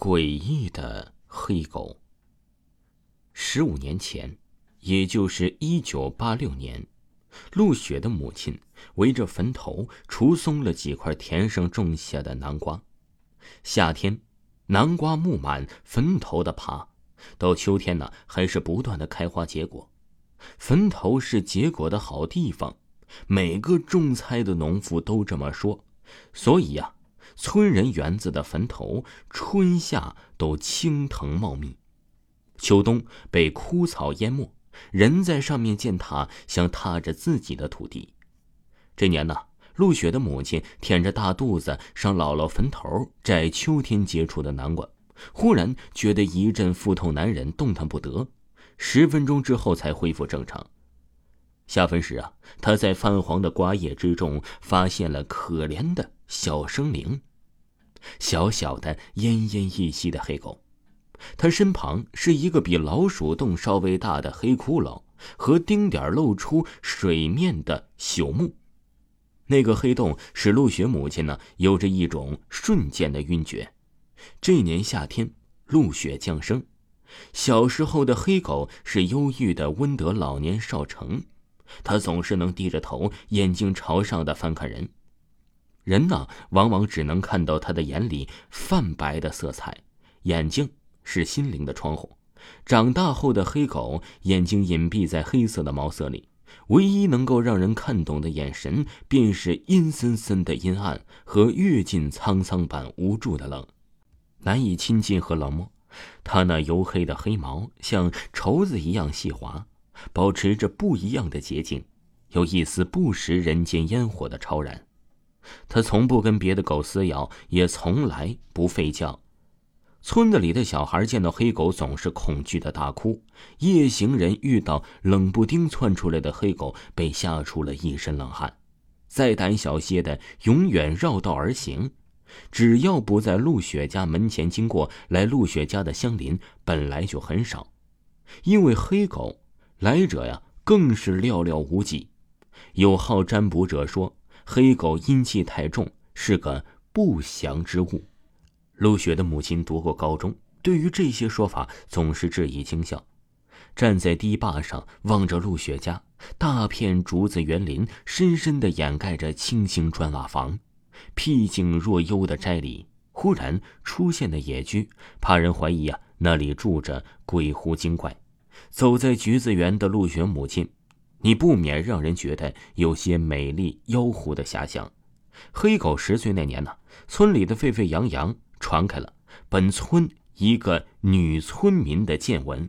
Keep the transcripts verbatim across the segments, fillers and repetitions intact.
诡异的黑狗。十五年前，也就是一九八六年，陆雪的母亲围着坟头除松了几块田上种下的南瓜。夏天，南瓜木满坟头的爬，到秋天呢，还是不断的开花结果。坟头是结果的好地方，每个种菜的农妇都这么说。所以呀、啊，村人园子的坟头春夏都青藤茂密，秋冬被枯草淹没，人在上面践踏，像踏着自己的土地。这年呢，陆雪的母亲舔着大肚子上姥姥坟头摘秋天结出的南瓜，忽然觉得一阵腹痛难忍，动弹不得，十分钟之后才恢复正常。下坟时啊，他在泛黄的瓜叶之中发现了可怜的小生灵，小小的奄奄一息的黑狗。他身旁是一个比老鼠洞稍微大的黑窟窿和丁点露出水面的朽木。那个黑洞使陆雪母亲呢有着一种瞬间的晕厥。这年夏天，陆雪降生，小时候的黑狗是忧郁的温德老年少成，他总是能低着头，眼睛朝上的翻看人。人呢，往往只能看到他的眼里泛白的色彩，眼睛是心灵的窗户。长大后的黑狗眼睛隐蔽在黑色的毛色里，唯一能够让人看懂的眼神便是阴森森的阴暗和阅尽沧桑般无助的冷，难以亲近和冷漠。它那黝黑的黑毛像绸子一样细滑，保持着不一样的洁净，有一丝不食人间烟火的超然。它从不跟别的狗撕咬，也从来不吠叫。村子里的小孩见到黑狗总是恐惧的大哭，夜行人遇到冷不丁窜出来的黑狗，被吓出了一身冷汗。再胆小些的永远绕道而行，只要不在陆雪家门前经过，来陆雪家的乡邻本来就很少。因为黑狗来者呀更是寥寥无几。有好占卜者说，黑狗阴气太重，是个不祥之物。陆雪的母亲读过高中，对于这些说法总是质疑轻笑。站在堤坝上望着陆雪家，大片竹子园林深深地掩盖着青青砖瓦房。僻静若幽的斋里忽然出现的野居，怕人怀疑啊，那里住着鬼狐精怪。走在橘子园的陆雪母亲，你不免让人觉得有些美丽妖狐的遐想。黑狗十岁那年呢、啊，村里的沸沸扬扬传开了本村一个女村民的见闻。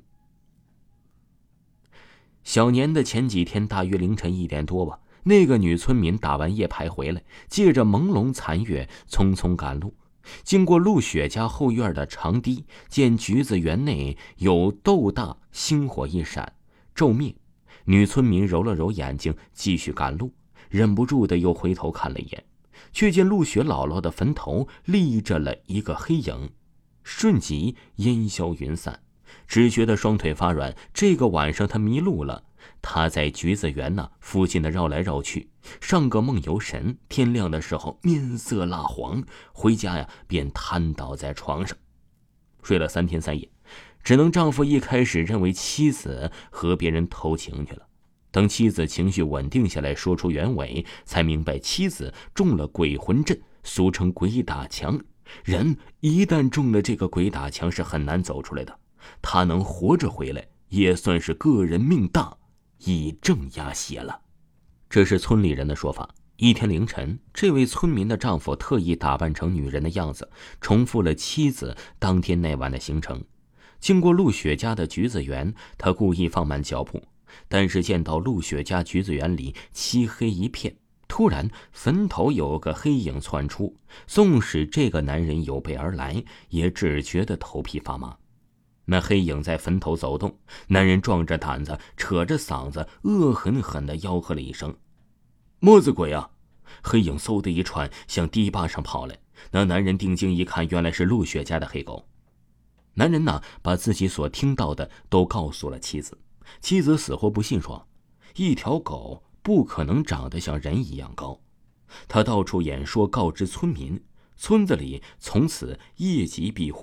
小年的前几天，大约凌晨一点多吧，那个女村民打完夜牌回来，借着朦胧残月匆匆赶路，经过陆雪家后院的长堤，见橘子园内有豆大星火一闪，骤灭。女村民揉了揉眼睛，继续赶路，忍不住的又回头看了一眼，却见陆雪姥姥的坟头立着了一个黑影，瞬即烟消云散，只觉得双腿发软。这个晚上他迷路了，他在橘子园呢附近的绕来绕去，上个梦游神，天亮的时候面色蜡黄，回家呀便瘫倒在床上，睡了三天三夜。只能丈夫一开始认为妻子和别人偷情去了，等妻子情绪稳定下来，说出原委，才明白妻子中了鬼魂阵，俗称鬼打墙。人一旦中了这个鬼打墙是很难走出来的，他能活着回来也算是个人命大，以正压邪了。这是村里人的说法。一天凌晨，这位村民的丈夫特意打扮成女人的样子，重复了妻子当天那晚的行程。经过陆雪家的橘子园，他故意放慢脚步，但是见到陆雪家橘子园里漆黑一片，突然坟头有个黑影窜出，纵使这个男人有备而来，也只觉得头皮发麻。那黑影在坟头走动，男人壮着胆子扯着嗓子恶狠狠地吆喝了一声：么子鬼啊！黑影嗖的一窜向堤坝上跑来。那男人定睛一看，原来是陆雪家的黑狗。男人呢，把自己所听到的都告诉了妻子。妻子死活不信，说一条狗不可能长得像人一样高。他到处演说，告知村民，村子里从此夜疾闭户，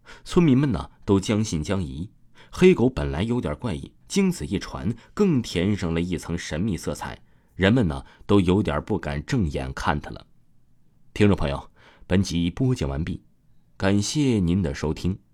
村民们呢都将信将疑。黑狗本来有点怪异，经此一传，更添上了一层神秘色彩，人们呢都有点不敢正眼看它了。听众朋友，本集播讲完毕，感谢您的收听。